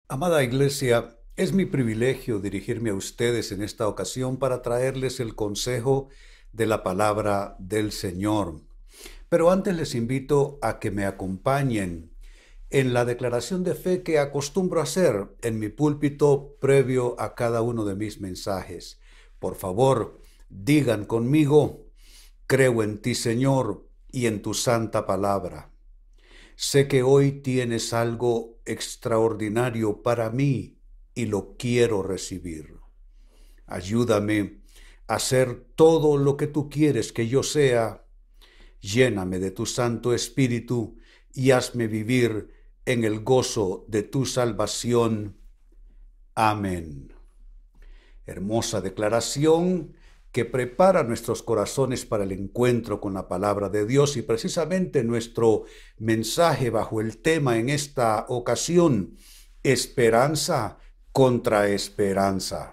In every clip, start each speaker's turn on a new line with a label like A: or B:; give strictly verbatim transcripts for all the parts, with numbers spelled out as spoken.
A: Amada Iglesia, es mi privilegio dirigirme a ustedes en esta ocasión para traerles el consejo de la palabra del Señor. Pero antes les invito a que me acompañen en la declaración de fe que acostumbro hacer en mi púlpito previo a cada uno de mis mensajes. Por favor, digan conmigo: creo en ti, Señor, y en tu santa palabra. Sé que hoy tienes algo extraordinario para mí y lo quiero recibir. Ayúdame a ser todo lo que tú quieres que yo sea. Lléname de tu Santo Espíritu y hazme vivir en el gozo de tu salvación. Amén. Hermosa declaración que prepara nuestros corazones para el encuentro con la palabra de Dios, y precisamente nuestro mensaje bajo el tema en esta ocasión: esperanza contra esperanza.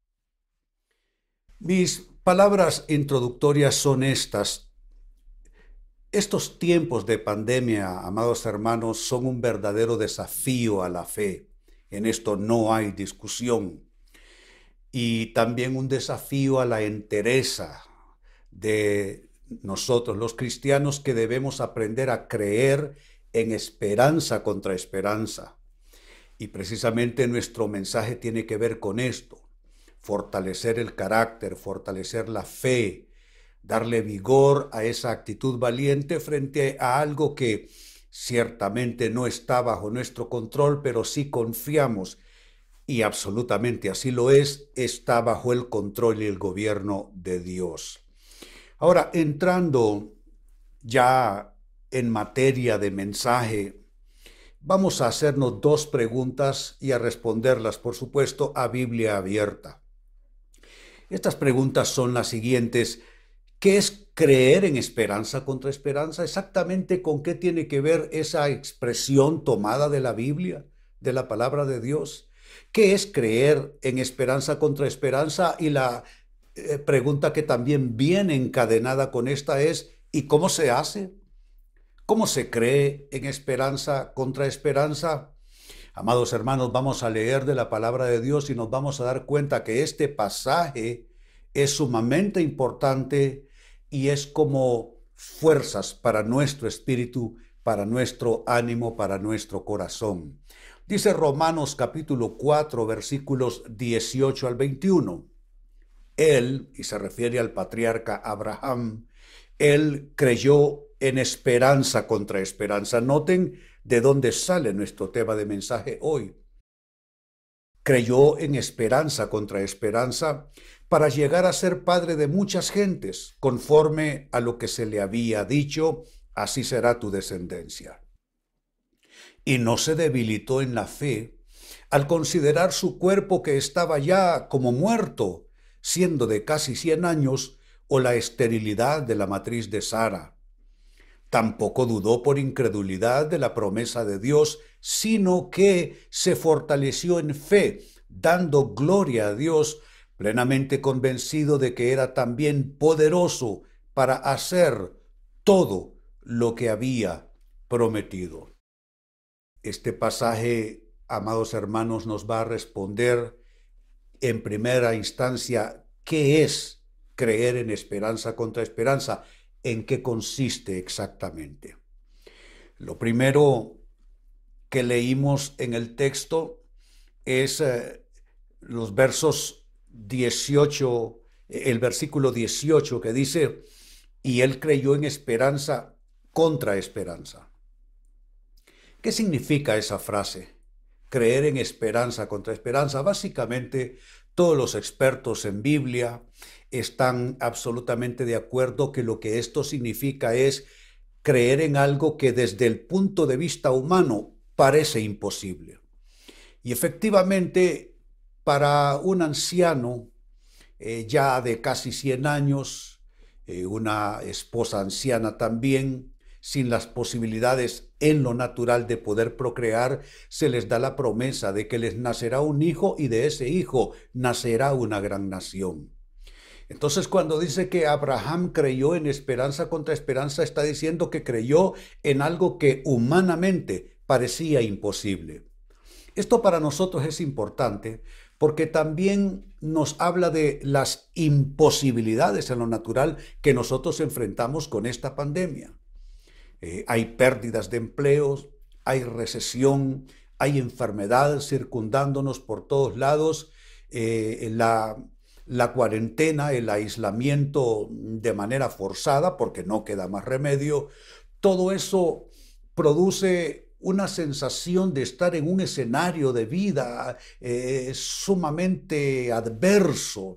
A: Mis palabras introductorias son estas. Estos tiempos de pandemia, amados hermanos, son un verdadero desafío a la fe. En esto no hay discusión. Y también un desafío a la entereza de nosotros los cristianos, que debemos aprender a creer en esperanza contra esperanza. Y precisamente nuestro mensaje tiene que ver con esto: fortalecer el carácter, fortalecer la fe, darle vigor a esa actitud valiente frente a algo que ciertamente no está bajo nuestro control, pero sí confiamos, y absolutamente así lo es, está bajo el control y el gobierno de Dios. Ahora, entrando ya en materia de mensaje, vamos a hacernos dos preguntas y a responderlas, por supuesto, a Biblia abierta. Estas preguntas son las siguientes: ¿qué es creer en esperanza contra esperanza? Exactamente, ¿con qué tiene que ver esa expresión tomada de la Biblia, de la palabra de Dios? ¿Qué es creer en esperanza contra esperanza? Y la eh, pregunta que también viene encadenada con esta es: ¿y cómo se hace? ¿Cómo se cree en esperanza contra esperanza? Amados hermanos, vamos a leer de la palabra de Dios y nos vamos a dar cuenta que este pasaje es sumamente importante y es como fuerzas para nuestro espíritu, para nuestro ánimo, para nuestro corazón. Dice Romanos capítulo cuatro, versículos dieciocho al veintiuno. Él, y se refiere al patriarca Abraham, él creyó en esperanza contra esperanza. Noten de dónde sale nuestro tema de mensaje hoy. Creyó en esperanza contra esperanza para llegar a ser padre de muchas gentes, conforme a lo que se le había dicho: así será tu descendencia. Y no se debilitó en la fe al considerar su cuerpo, que estaba ya como muerto, siendo de casi cien años, o la esterilidad de la matriz de Sara. Tampoco dudó por incredulidad de la promesa de Dios, sino que se fortaleció en fe, dando gloria a Dios, plenamente convencido de que era también poderoso para hacer todo lo que había prometido. Este pasaje, amados hermanos, nos va a responder en primera instancia qué es creer en esperanza contra esperanza, en qué consiste exactamente. Lo primero que leímos en el texto es eh, los versos dieciocho, el versículo dieciocho, que dice: y él creyó en esperanza contra esperanza. ¿Qué significa esa frase? Creer en esperanza contra esperanza. Básicamente, todos los expertos en Biblia están absolutamente de acuerdo que lo que esto significa es creer en algo que desde el punto de vista humano parece imposible. Y efectivamente, para un anciano eh, ya de casi cien años, eh, una esposa anciana también, sin las posibilidades en lo natural de poder procrear, se les da la promesa de que les nacerá un hijo y de ese hijo nacerá una gran nación. Entonces, cuando dice que Abraham creyó en esperanza contra esperanza, está diciendo que creyó en algo que humanamente parecía imposible. Esto para nosotros es importante porque también nos habla de las imposibilidades en lo natural que nosotros enfrentamos con esta pandemia. Eh, hay pérdidas de empleos, hay recesión, hay enfermedades circundándonos por todos lados, eh, la, la cuarentena, el aislamiento de manera forzada, porque no queda más remedio. Todo eso produce una sensación de estar en un escenario de vida eh, sumamente adverso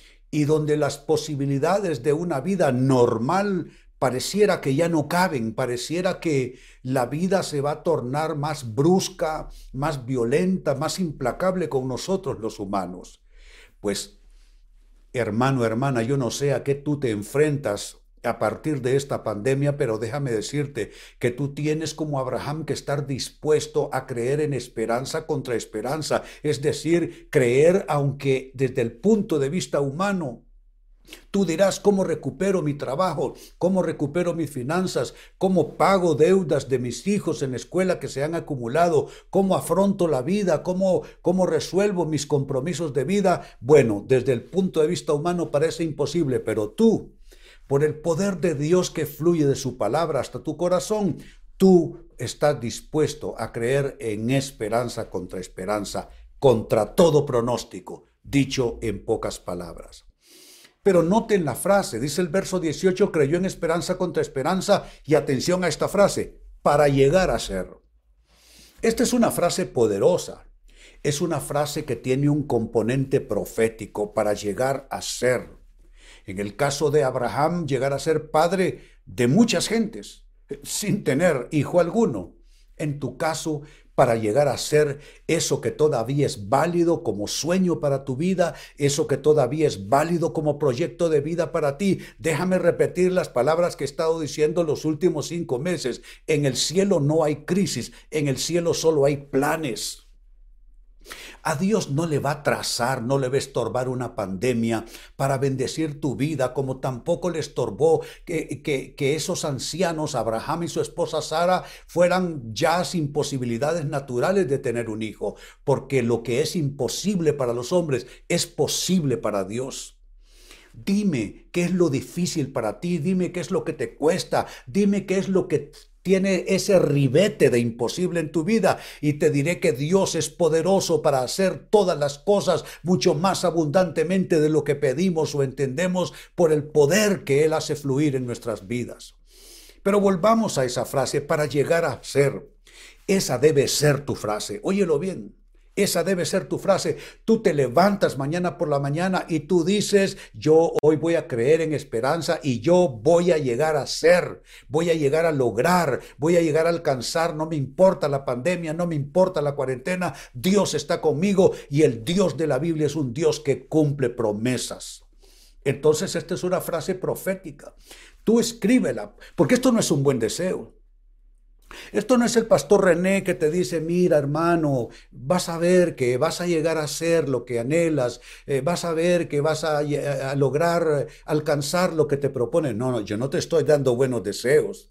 A: y donde las posibilidades de una vida normal pareciera que ya no caben, pareciera que la vida se va a tornar más brusca, más violenta, más implacable con nosotros los humanos. Pues, hermano, hermana, yo no sé a qué tú te enfrentas a partir de esta pandemia, pero déjame decirte que tú tienes como Abraham que estar dispuesto a creer en esperanza contra esperanza, es decir, creer aunque desde el punto de vista humano tú dirás, ¿cómo recupero mi trabajo? ¿Cómo recupero mis finanzas? ¿Cómo pago deudas de mis hijos en la escuela que se han acumulado? ¿Cómo afronto la vida? ¿Cómo, cómo resuelvo mis compromisos de vida? Bueno, desde el punto de vista humano parece imposible, pero tú, por el poder de Dios que fluye de su palabra hasta tu corazón, tú estás dispuesto a creer en esperanza contra esperanza, contra todo pronóstico, dicho en pocas palabras. Pero noten la frase, dice el verso dieciocho, creyó en esperanza contra esperanza, y atención a esta frase, para llegar a ser. Esta es una frase poderosa, es una frase que tiene un componente profético, para llegar a ser. En el caso de Abraham, llegar a ser padre de muchas gentes, sin tener hijo alguno. En tu caso, para llegar a ser eso que todavía es válido como sueño para tu vida, eso que todavía es válido como proyecto de vida para ti. Déjame repetir las palabras que he estado diciendo los últimos cinco meses. En el cielo no hay crisis, en el cielo solo hay planes. A Dios no le va a trazar, no le va a estorbar una pandemia para bendecir tu vida, como tampoco le estorbó que, que, que esos ancianos, Abraham y su esposa Sara, fueran ya sin posibilidades naturales de tener un hijo, porque lo que es imposible para los hombres es posible para Dios. Dime qué es lo difícil para ti, dime qué es lo que te cuesta, dime qué es lo que tiene ese ribete de imposible en tu vida, y te diré que Dios es poderoso para hacer todas las cosas mucho más abundantemente de lo que pedimos o entendemos por el poder que Él hace fluir en nuestras vidas. Pero volvamos a esa frase, para llegar a ser. Esa debe ser tu frase, óyelo bien. Esa debe ser tu frase. Tú te levantas mañana por la mañana y tú dices, yo hoy voy a creer en esperanza y yo voy a llegar a ser, voy a llegar a lograr, voy a llegar a alcanzar, no me importa la pandemia, no me importa la cuarentena, Dios está conmigo y el Dios de la Biblia es un Dios que cumple promesas. Entonces esta es una frase profética. Tú escríbela, porque esto no es un buen deseo. Esto no es el pastor René que te dice, mira hermano, vas a ver que vas a llegar a ser lo que anhelas, eh, vas a ver que vas a, a lograr alcanzar lo que te propone. No, no, yo no te estoy dando buenos deseos.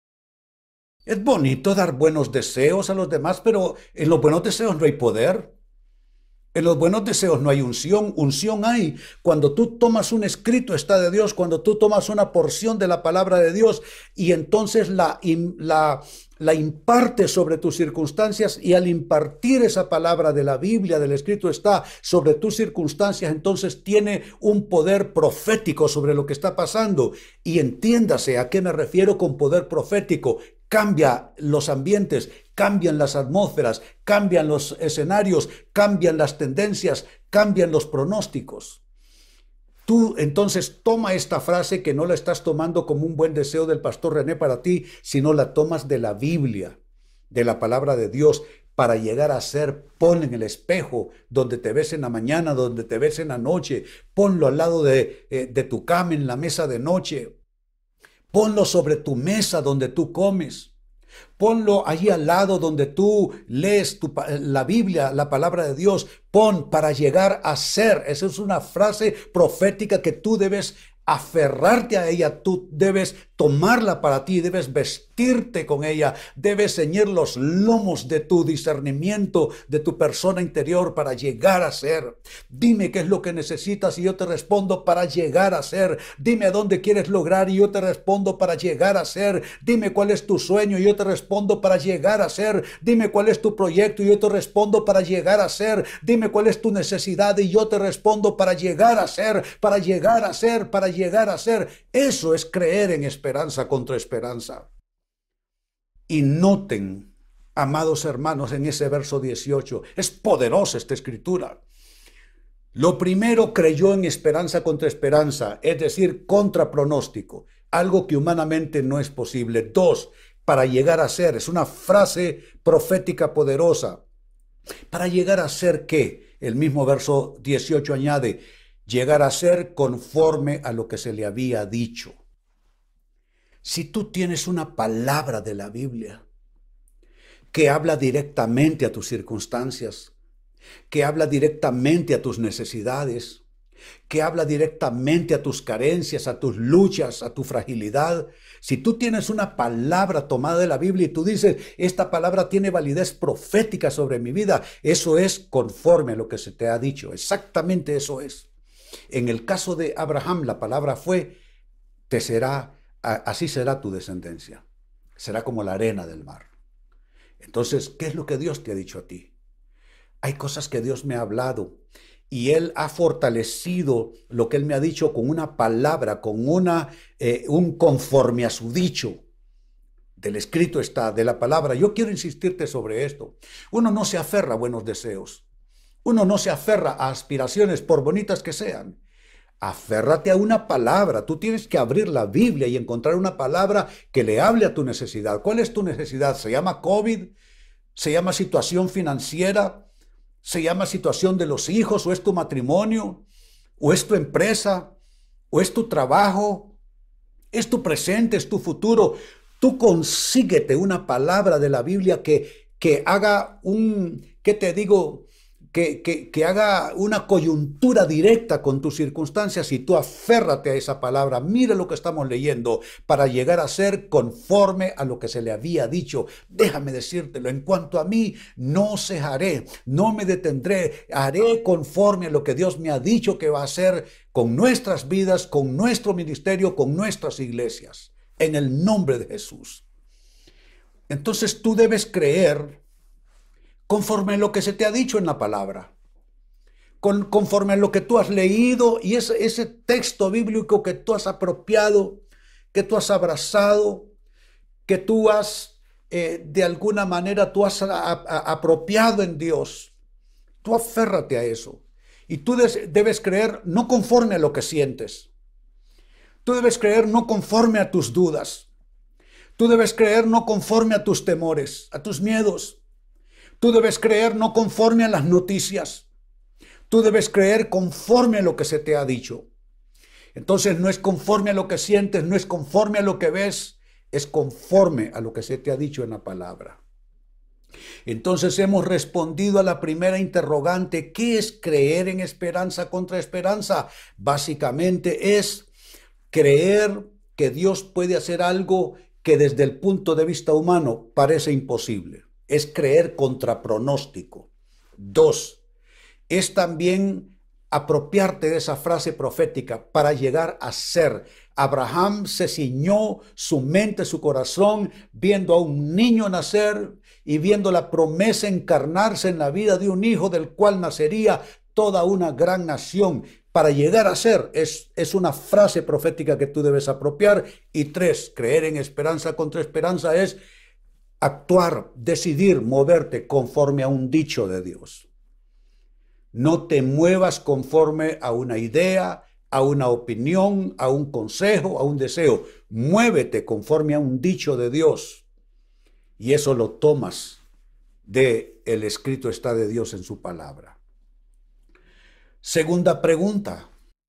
A: Es bonito dar buenos deseos a los demás, pero en los buenos deseos no hay poder. En los buenos deseos no hay unción, unción hay cuando tú tomas un escrito está de Dios, cuando tú tomas una porción de la palabra de Dios y entonces la, la, la impartes sobre tus circunstancias, y al impartir esa palabra de la Biblia, del escrito está sobre tus circunstancias, entonces tiene un poder profético sobre lo que está pasando. Y entiéndase a qué me refiero con poder profético. Cambia los ambientes, cambian las atmósferas, cambian los escenarios, cambian las tendencias, cambian los pronósticos. Tú entonces toma esta frase, que no la estás tomando como un buen deseo del pastor René para ti, sino la tomas de la Biblia, de la palabra de Dios, para llegar a ser. Ponlo en el espejo, donde te ves en la mañana, donde te ves en la noche, ponlo al lado de, eh, de tu cama en la mesa de noche. Ponlo sobre tu mesa donde tú comes. Ponlo allí al lado donde tú lees tu, la Biblia, la palabra de Dios. Pon para llegar a ser. Esa es una frase profética que tú debes aferrarte a ella. Tú debes tomarla para ti, debes vestirte con ella, debes ceñir los lomos de tu discernimiento, de tu persona interior para llegar a ser. Dime qué es lo que necesitas y yo te respondo para llegar a ser. Dime a dónde quieres lograr y yo te respondo para llegar a ser. Dime cuál es tu sueño y yo te respondo para llegar a ser. Dime cuál es tu proyecto y yo te respondo para llegar a ser. Dime cuál es tu necesidad y yo te respondo para llegar a ser, para llegar a ser, para llegar a ser. Eso es creer en esperanza contra esperanza. Y noten, amados hermanos, en ese verso dieciocho, es poderosa esta escritura. Lo primero, creyó en esperanza contra esperanza, es decir, contra pronóstico, algo que humanamente no es posible. Dos, para llegar a ser, es una frase profética poderosa. ¿Para llegar a ser qué? El mismo verso dieciocho añade, llegar a ser conforme a lo que se le había dicho. Si tú tienes una palabra de la Biblia que habla directamente a tus circunstancias, que habla directamente a tus necesidades, que habla directamente a tus carencias, a tus luchas, a tu fragilidad. Si tú tienes una palabra tomada de la Biblia y tú dices, esta palabra tiene validez profética sobre mi vida, eso es conforme a lo que se te ha dicho. Exactamente eso es. En el caso de Abraham, la palabra fue, te será, así será tu descendencia. Será como la arena del mar. Entonces, ¿qué es lo que Dios te ha dicho a ti? Hay cosas que Dios me ha hablado y Él ha fortalecido lo que Él me ha dicho con una palabra, con una, eh, un conforme a su dicho. Del escrito está, de la palabra. Yo quiero insistirte sobre esto. Uno no se aferra a buenos deseos. Uno no se aferra a aspiraciones, por bonitas que sean. Aférrate a una palabra. Tú tienes que abrir la Biblia y encontrar una palabra que le hable a tu necesidad. ¿Cuál es tu necesidad? ¿Se llama COVID? ¿Se llama situación financiera? ¿Se llama situación de los hijos? ¿O es tu matrimonio? ¿O es tu empresa? ¿O es tu trabajo? ¿Es tu presente? ¿Es tu futuro? Tú consíguete una palabra de la Biblia que, que haga un, ¿qué te digo? Que, que, que haga una coyuntura directa con tus circunstancias y tú aférrate a esa palabra. Mire lo que estamos leyendo para llegar a ser conforme a lo que se le había dicho. Déjame decírtelo, en cuanto a mí, no cejaré, no me detendré, haré conforme a lo que Dios me ha dicho que va a hacer con nuestras vidas, con nuestro ministerio, con nuestras iglesias, en el nombre de Jesús. Entonces tú debes creer conforme a lo que se te ha dicho en la palabra, con, conforme a lo que tú has leído y ese, ese texto bíblico que tú has apropiado, que tú has abrazado, que tú has, eh, de alguna manera, tú has a, a, apropiado en Dios. Tú aférrate a eso. Y tú des, debes creer no conforme a lo que sientes. Tú debes creer no conforme a tus dudas. Tú debes creer no conforme a tus temores, a tus miedos. Tú debes creer no conforme a las noticias. Tú debes creer conforme a lo que se te ha dicho. Entonces no es conforme a lo que sientes, no es conforme a lo que ves, es conforme a lo que se te ha dicho en la palabra. Entonces hemos respondido a la primera interrogante, ¿qué es creer en esperanza contra esperanza? Básicamente es creer que Dios puede hacer algo que desde el punto de vista humano parece imposible. Es creer contra pronóstico. Dos, es también apropiarte de esa frase profética para llegar a ser. Abraham se ciñó su mente, su corazón, viendo a un niño nacer y viendo la promesa encarnarse en la vida de un hijo del cual nacería toda una gran nación. Para llegar a ser es, es una frase profética que tú debes apropiar. Y tres, creer en esperanza contra esperanza es actuar, decidir, moverte conforme a un dicho de Dios. No te muevas conforme a una idea, a una opinión, a un consejo, a un deseo. Muévete conforme a un dicho de Dios. Y eso lo tomas de el escrito está de Dios en su palabra. Segunda pregunta.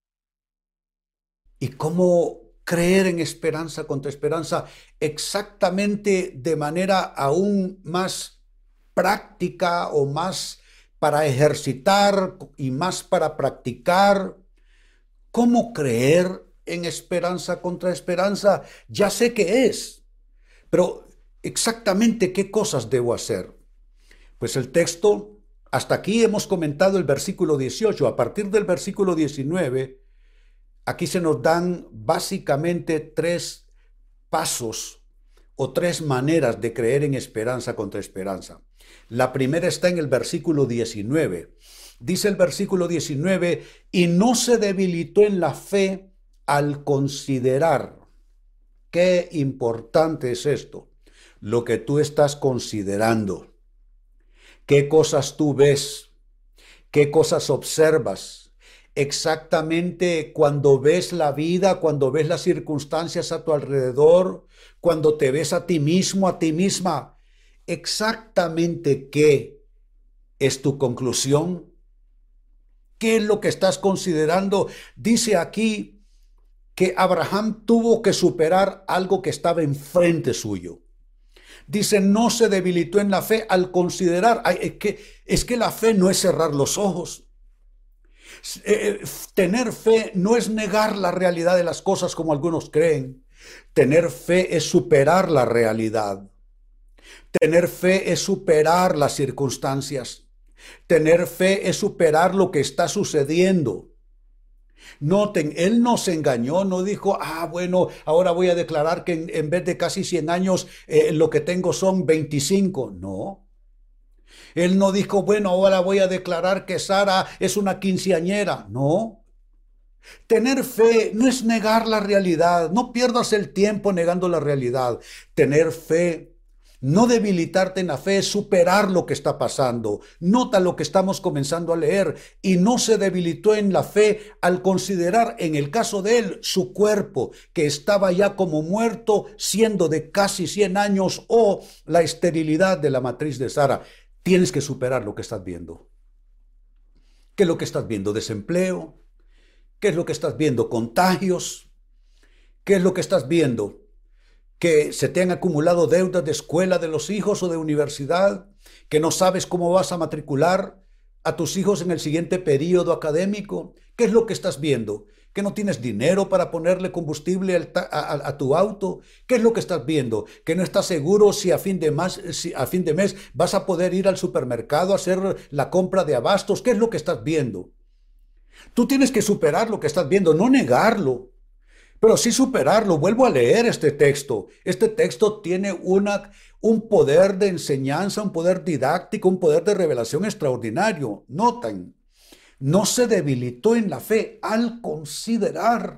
A: ¿Y cómo creer en esperanza contra esperanza exactamente de manera aún más práctica o más para ejercitar y más para practicar? ¿Cómo creer en esperanza contra esperanza? Ya sé qué es, pero exactamente qué cosas debo hacer. Pues el texto, hasta aquí hemos comentado el versículo dieciocho. A partir del versículo diecinueve, aquí se nos dan básicamente tres pasos o tres maneras de creer en esperanza contra esperanza. La primera está en el versículo diecinueve. Dice el versículo diecinueve, y no se debilitó en la fe al considerar. Qué importante es esto, lo que tú estás considerando. ¿Qué cosas tú ves? ¿Qué cosas observas? Exactamente cuando ves la vida, cuando ves las circunstancias a tu alrededor, cuando te ves a ti mismo, a ti misma, exactamente qué es tu conclusión, qué es lo que estás considerando. Dice aquí que Abraham tuvo que superar algo que estaba enfrente suyo. Dice, no se debilitó en la fe al considerar. Ay, es, que, es que la fe no es cerrar los ojos. Eh, tener fe no es negar la realidad de las cosas como algunos creen. Tener fe es superar la realidad. Tener fe es superar las circunstancias. Tener fe es superar lo que está sucediendo. Noten, él no se engañó, no dijo, ah, bueno, ahora voy a declarar que en, en vez de casi cien años, eh, lo que tengo son veinticinco. No. Él no dijo, bueno, ahora voy a declarar que Sara es una quinceañera. No. Tener fe no es negar la realidad. No pierdas el tiempo negando la realidad. Tener fe, no debilitarte en la fe, es superar lo que está pasando. Nota lo que estamos comenzando a leer. Y no se debilitó en la fe al considerar, en el caso de él, su cuerpo, que estaba ya como muerto, siendo de casi cien años, o la esterilidad de la matriz de Sara. Tienes que superar lo que estás viendo. ¿Qué es lo que estás viendo? Desempleo. ¿Qué es lo que estás viendo? Contagios. ¿Qué es lo que estás viendo? Que se te han acumulado deudas de escuela de los hijos o de universidad, que no sabes cómo vas a matricular a tus hijos en el siguiente periodo académico. ¿Qué es lo que estás viendo? ¿Que no tienes dinero para ponerle combustible a, a, a tu auto? ¿Qué es lo que estás viendo? ¿Que no estás seguro si a, fin de mes, si a fin de mes vas a poder ir al supermercado a hacer la compra de abastos? ¿Qué es lo que estás viendo? Tú tienes que superar lo que estás viendo, no negarlo, pero sí superarlo. Vuelvo a leer este texto. Este texto tiene una, un poder de enseñanza, un poder didáctico, un poder de revelación extraordinario. Noten, no se debilitó en la fe al considerar.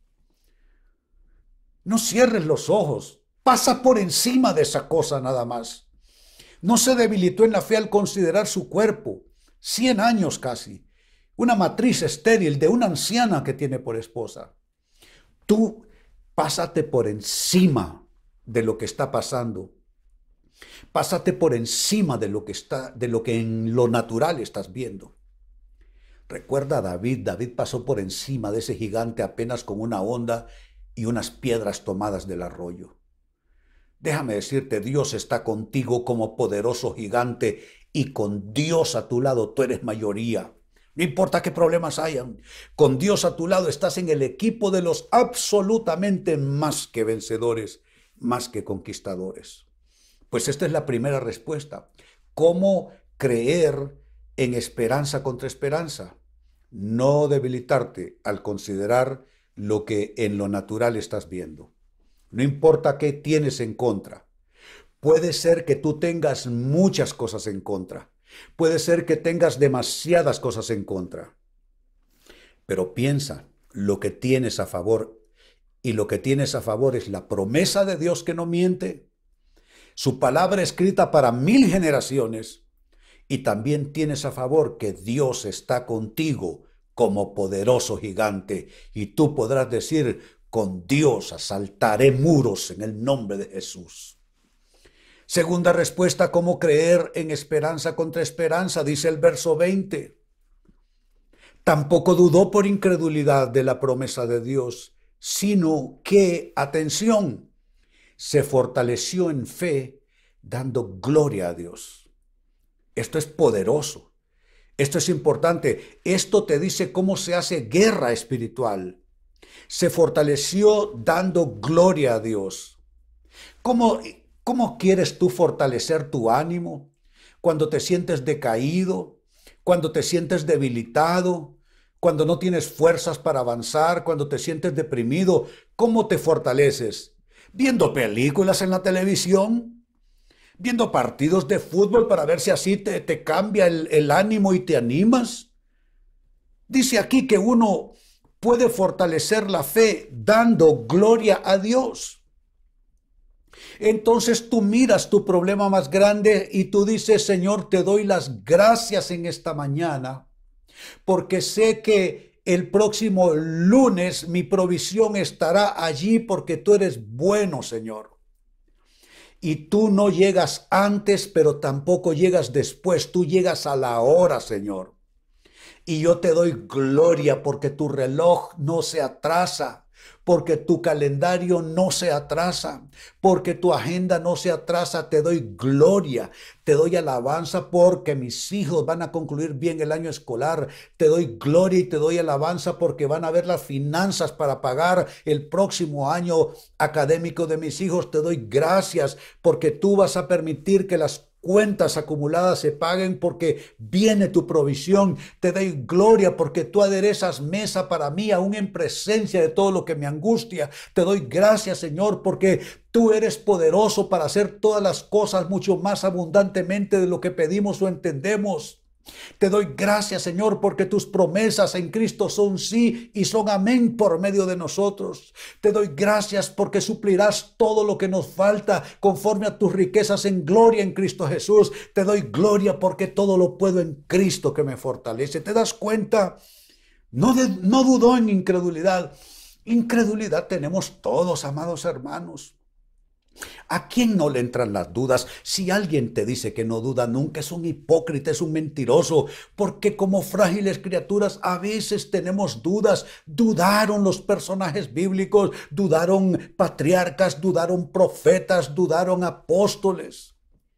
A: No cierres los ojos, pasa por encima de esa cosa nada más. No se debilitó en la fe al considerar su cuerpo, cien años casi, una matriz estéril de una anciana que tiene por esposa. Tú pásate por encima de lo que está pasando. Pásate por encima de lo que está, de lo que en lo natural estás viendo. Recuerda a David, David pasó por encima de ese gigante apenas con una honda y unas piedras tomadas del arroyo. Déjame decirte, Dios está contigo como poderoso gigante y con Dios a tu lado tú eres mayoría. No importa qué problemas hayan, con Dios a tu lado estás en el equipo de los absolutamente más que vencedores, más que conquistadores. Pues esta es la primera respuesta. ¿Cómo creer en esperanza contra esperanza? No debilitarte al considerar lo que en lo natural estás viendo. No importa qué tienes en contra. Puede ser que tú tengas muchas cosas en contra. Puede ser que tengas demasiadas cosas en contra. Pero piensa lo que tienes a favor. Y lo que tienes a favor es la promesa de Dios que no miente, su palabra escrita para mil generaciones. Y también tienes a favor que Dios está contigo como poderoso gigante. Y tú podrás decir, con Dios asaltaré muros en el nombre de Jesús. Segunda respuesta, ¿cómo creer en esperanza contra esperanza? Dice el verso veinte. Tampoco dudó por incredulidad de la promesa de Dios, sino que, atención, se fortaleció en fe, dando gloria a Dios. Esto es poderoso. Esto es importante. Esto te dice cómo se hace guerra espiritual. Se fortaleció dando gloria a Dios. ¿Cómo, cómo quieres tú fortalecer tu ánimo cuando te sientes decaído, cuando te sientes debilitado, cuando no tienes fuerzas para avanzar, cuando te sientes deprimido? ¿Cómo te fortaleces? ¿Viendo películas en la televisión? ¿Viendo partidos de fútbol para ver si así te, te cambia el, el ánimo y te animas? Dice aquí que uno puede fortalecer la fe dando gloria a Dios. Entonces tú miras tu problema más grande y tú dices: Señor, te doy las gracias en esta mañana, porque sé que el próximo lunes mi provisión estará allí, porque tú eres bueno, Señor. Y tú no llegas antes, pero tampoco llegas después. Tú llegas a la hora, Señor. Y yo te doy gloria porque tu reloj no se atrasa, porque tu calendario no se atrasa, porque tu agenda no se atrasa. Te doy gloria, te doy alabanza porque mis hijos van a concluir bien el año escolar. Te doy gloria y te doy alabanza porque van a ver las finanzas para pagar el próximo año académico de mis hijos. Te doy gracias porque tú vas a permitir que las cuentas acumuladas se paguen, porque viene tu provisión. Te doy gloria porque tú aderezas mesa para mí, aún en presencia de todo lo que me angustia. Te doy gracias, Señor, porque tú eres poderoso para hacer todas las cosas mucho más abundantemente de lo que pedimos o entendemos. Te doy gracias, Señor, porque tus promesas en Cristo son sí y son amén por medio de nosotros. Te doy gracias porque suplirás todo lo que nos falta conforme a tus riquezas en gloria en Cristo Jesús. Te doy gloria porque todo lo puedo en Cristo que me fortalece. ¿Te das cuenta? No, de, no dudó en incredulidad. Incredulidad tenemos todos, amados hermanos. ¿A quién no le entran las dudas? Si alguien te dice que no duda nunca, es un hipócrita, es un mentiroso, porque como frágiles criaturas a veces tenemos dudas. Dudaron los personajes bíblicos, dudaron patriarcas, dudaron profetas, dudaron apóstoles.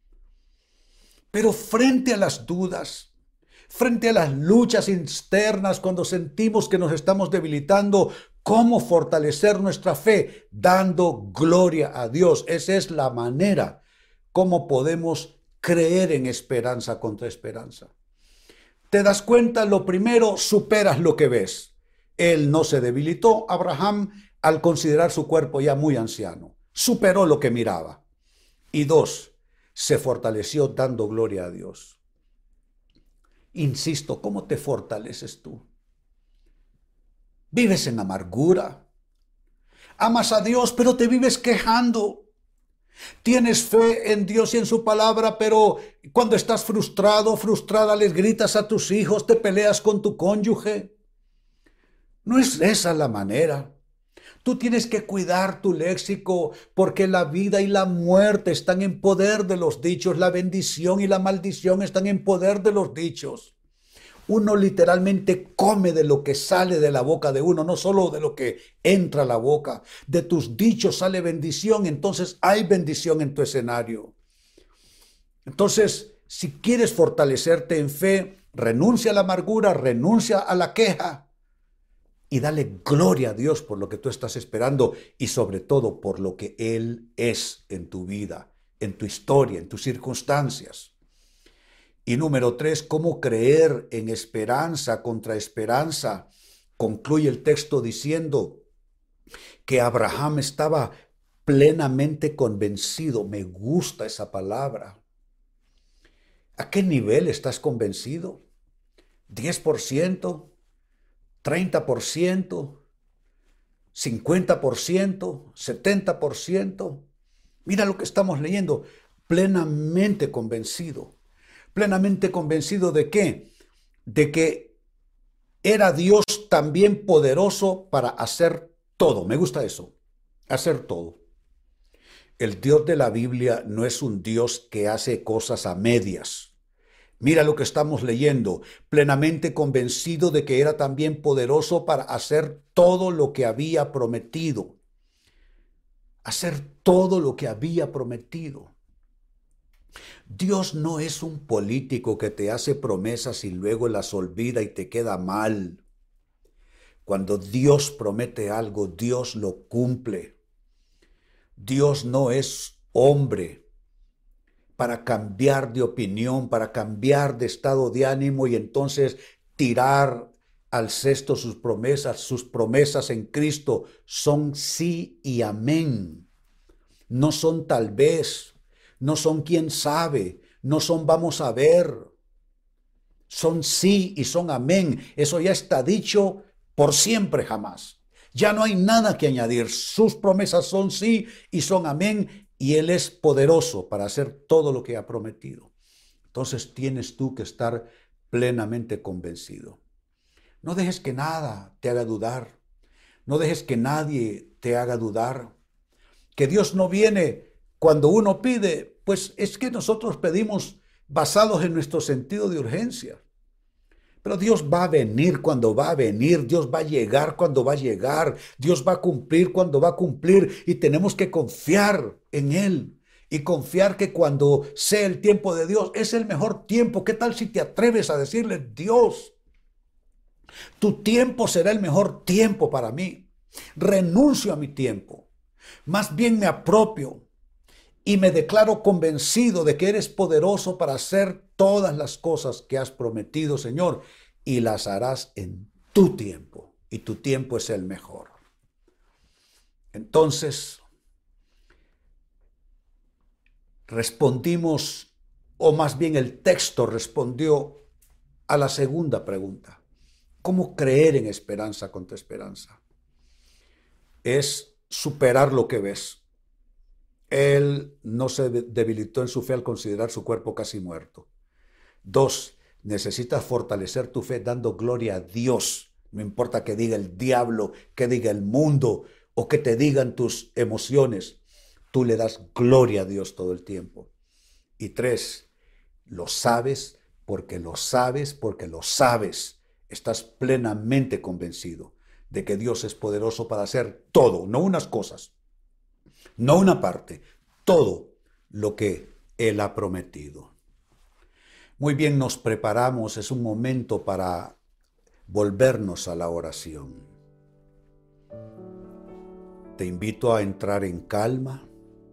A: Pero frente a las dudas, frente a las luchas externas, cuando sentimos que nos estamos debilitando, ¿cómo fortalecer nuestra fe? Dando gloria a Dios. Esa es la manera como podemos creer en esperanza contra esperanza. ¿Te das cuenta? Lo primero, superas lo que ves. Él no se debilitó, Abraham, al considerar su cuerpo ya muy anciano. Superó lo que miraba. Y dos, se fortaleció dando gloria a Dios. Insisto, ¿cómo te fortaleces tú? Vives en amargura. Amas a Dios, pero te vives quejando. Tienes fe en Dios y en su palabra, pero cuando estás frustrado, frustrada, les gritas a tus hijos, te peleas con tu cónyuge. No es esa la manera. Tú tienes que cuidar tu léxico, porque la vida y la muerte están en poder de los dichos. La bendición y la maldición están en poder de los dichos. Uno literalmente come de lo que sale de la boca de uno, no solo de lo que entra a la boca. De tus dichos sale bendición, entonces hay bendición en tu escenario. Entonces, si quieres fortalecerte en fe, renuncia a la amargura, renuncia a la queja y dale gloria a Dios por lo que tú estás esperando y sobre todo por lo que Él es en tu vida, en tu historia, en tus circunstancias. Y número tres, ¿cómo creer en esperanza contra esperanza? Concluye el texto diciendo que Abraham estaba plenamente convencido. Me gusta esa palabra. ¿A qué nivel estás convencido? ¿diez por ciento? ¿treinta por ciento? ¿cincuenta por ciento? ¿setenta por ciento? Mira lo que estamos leyendo. Plenamente convencido. Plenamente convencido ¿de qué? De que era Dios también poderoso para hacer todo. Me gusta eso, hacer todo. El Dios de la Biblia no es un Dios que hace cosas a medias. Mira lo que estamos leyendo, plenamente convencido de que era también poderoso para hacer todo lo que había prometido. Hacer todo lo que había prometido. Dios no es un político que te hace promesas y luego las olvida y te queda mal. Cuando Dios promete algo, Dios lo cumple. Dios no es hombre para cambiar de opinión, para cambiar de estado de ánimo y entonces tirar al cesto sus promesas. Sus promesas en Cristo son sí y amén. No son tal vez, no son quién sabe, no son vamos a ver. Son sí y son amén. Eso ya está dicho por siempre jamás. Ya no hay nada que añadir. Sus promesas son sí y son amén. Y Él es poderoso para hacer todo lo que ha prometido. Entonces tienes tú que estar plenamente convencido. No dejes que nada te haga dudar. No dejes que nadie te haga dudar. Que Dios no viene cuando uno pide, pues es que nosotros pedimos basados en nuestro sentido de urgencia. Pero Dios va a venir cuando va a venir, Dios va a llegar cuando va a llegar, Dios va a cumplir cuando va a cumplir y tenemos que confiar en Él y confiar que cuando sea el tiempo de Dios es el mejor tiempo. ¿Qué tal si te atreves a decirle, Dios, tu tiempo será el mejor tiempo para mí? Renuncio a mi tiempo, más bien me apropio y me declaro convencido de que eres poderoso para hacer todas las cosas que has prometido, Señor, y las harás en tu tiempo, y tu tiempo es el mejor. Entonces, respondimos, o más bien el texto respondió a la segunda pregunta. ¿Cómo creer en esperanza contra esperanza? Es superar lo que ves. Él no se debilitó en su fe al considerar su cuerpo casi muerto. Dos, necesitas fortalecer tu fe dando gloria a Dios. No importa qué diga el diablo, qué diga el mundo o qué te digan tus emociones. Tú le das gloria a Dios todo el tiempo. Y tres, lo sabes porque lo sabes porque lo sabes. Estás plenamente convencido de que Dios es poderoso para hacer todo, no unas cosas. No una parte, todo lo que Él ha prometido. Muy bien, nos preparamos, es un momento para volvernos a la oración. Te invito a entrar en calma,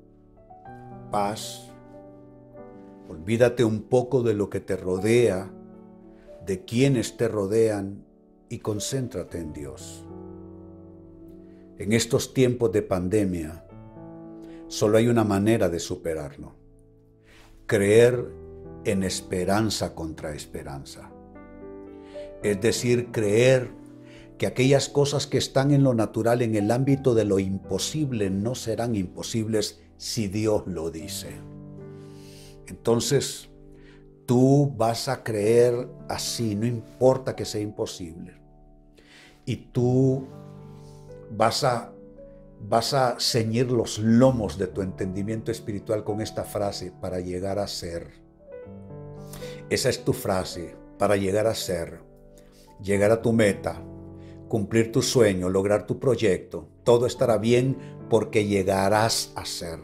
A: paz. Olvídate un poco de lo que te rodea, de quienes te rodean y concéntrate en Dios. En estos tiempos de pandemia, solo hay una manera de superarlo: creer en esperanza contra esperanza. Es decir, creer que aquellas cosas que están en lo natural, en el ámbito de lo imposible, no serán imposibles si Dios lo dice. Entonces, tú vas a creer así, no importa que sea imposible. Y tú vas a Vas a ceñir los lomos de tu entendimiento espiritual con esta frase: para llegar a ser. Esa es tu frase, para llegar a ser, llegar a tu meta, cumplir tu sueño, lograr tu proyecto. Todo estará bien porque llegarás a ser.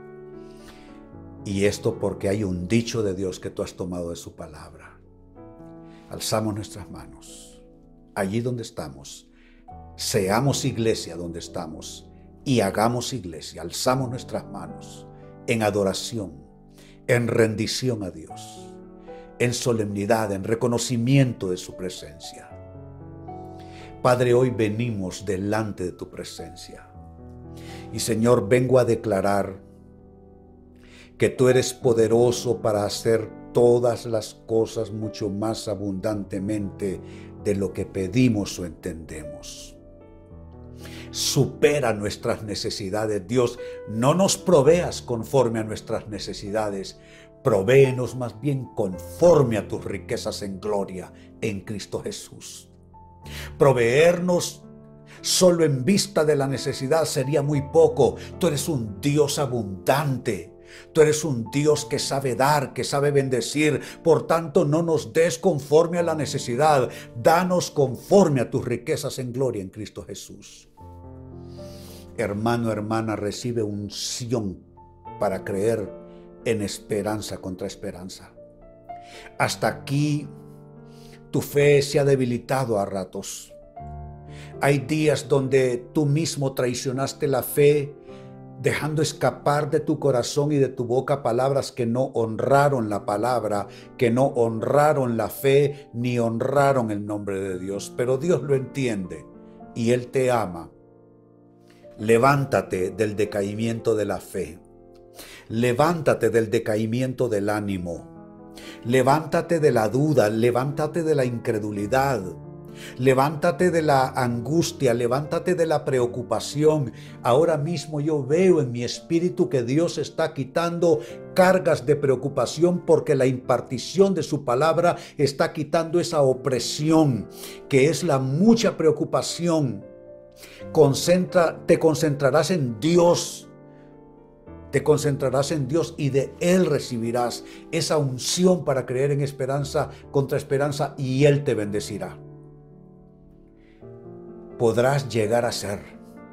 A: Y esto porque hay un dicho de Dios que tú has tomado de su palabra. Alzamos nuestras manos, allí donde estamos. Seamos iglesia donde estamos. Y hagamos iglesia, alzamos nuestras manos en adoración, en rendición a Dios, en solemnidad, en reconocimiento de su presencia. Padre, hoy venimos delante de tu presencia. Y Señor, vengo a declarar que tú eres poderoso para hacer todas las cosas mucho más abundantemente de lo que pedimos o entendemos. Supera nuestras necesidades, Dios. No nos proveas conforme a nuestras necesidades, provéenos más bien conforme a tus riquezas en gloria en Cristo Jesús. Proveernos solo en vista de la necesidad sería muy poco. Tú eres un Dios abundante. Tú eres un Dios que sabe dar, que sabe bendecir. Por tanto, no nos des conforme a la necesidad. Danos conforme a tus riquezas en gloria en Cristo Jesús. Hermano, hermana, recibe unción para creer en esperanza contra esperanza. Hasta aquí tu fe se ha debilitado a ratos. Hay días donde tú mismo traicionaste la fe, dejando escapar de tu corazón y de tu boca palabras que no honraron la palabra, que no honraron la fe, ni honraron el nombre de Dios. Pero Dios lo entiende y Él te ama. Levántate del decaimiento de la fe. Levántate del decaimiento del ánimo. Levántate de la duda, levántate de la incredulidad. Levántate de la angustia, levántate de la preocupación. Ahora mismo yo veo en mi espíritu que Dios está quitando cargas de preocupación porque la impartición de su palabra está quitando esa opresión que es la mucha preocupación. Concentra, te concentrarás en Dios. Te concentrarás en Dios y de Él recibirás esa unción para creer en esperanza contra esperanza y Él te bendecirá. Podrás llegar a ser.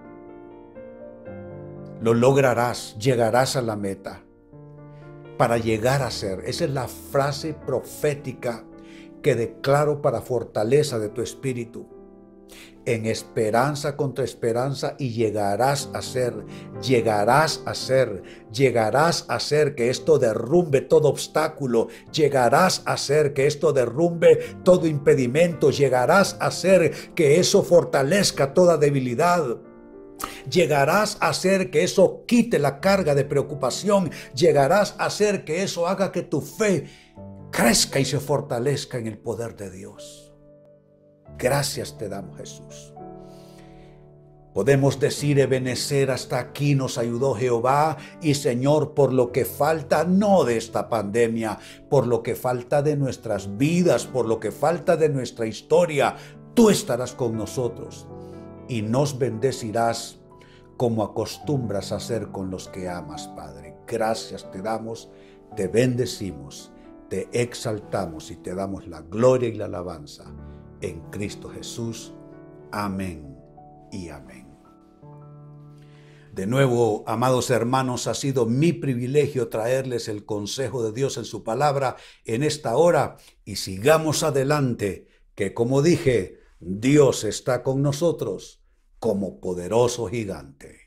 A: Lo lograrás, llegarás a la meta. Para llegar a ser. Esa es la frase profética que declaro para fortaleza de tu espíritu. En esperanza contra esperanza y llegarás a ser, llegarás a ser, llegarás a ser que esto derrumbe todo obstáculo, llegarás a ser que esto derrumbe todo impedimento, llegarás a ser que eso fortalezca toda debilidad. Llegarás a hacer que eso quite la carga de preocupación, llegarás a hacer que eso haga que tu fe crezca y se fortalezca en el poder de Dios. Gracias te damos, Jesús. Podemos decir, Ebenezer, hasta aquí nos ayudó Jehová, y Señor, por lo que falta, no de esta pandemia, por lo que falta de nuestras vidas, por lo que falta de nuestra historia, tú estarás con nosotros y nos bendecirás como acostumbras a hacer con los que amas, Padre. Gracias te damos, te bendecimos, te exaltamos y te damos la gloria y la alabanza. En Cristo Jesús. Amén y amén. De nuevo, amados hermanos, ha sido mi privilegio traerles el consejo de Dios en su palabra en esta hora y sigamos adelante, que como dije, Dios está con nosotros como poderoso gigante.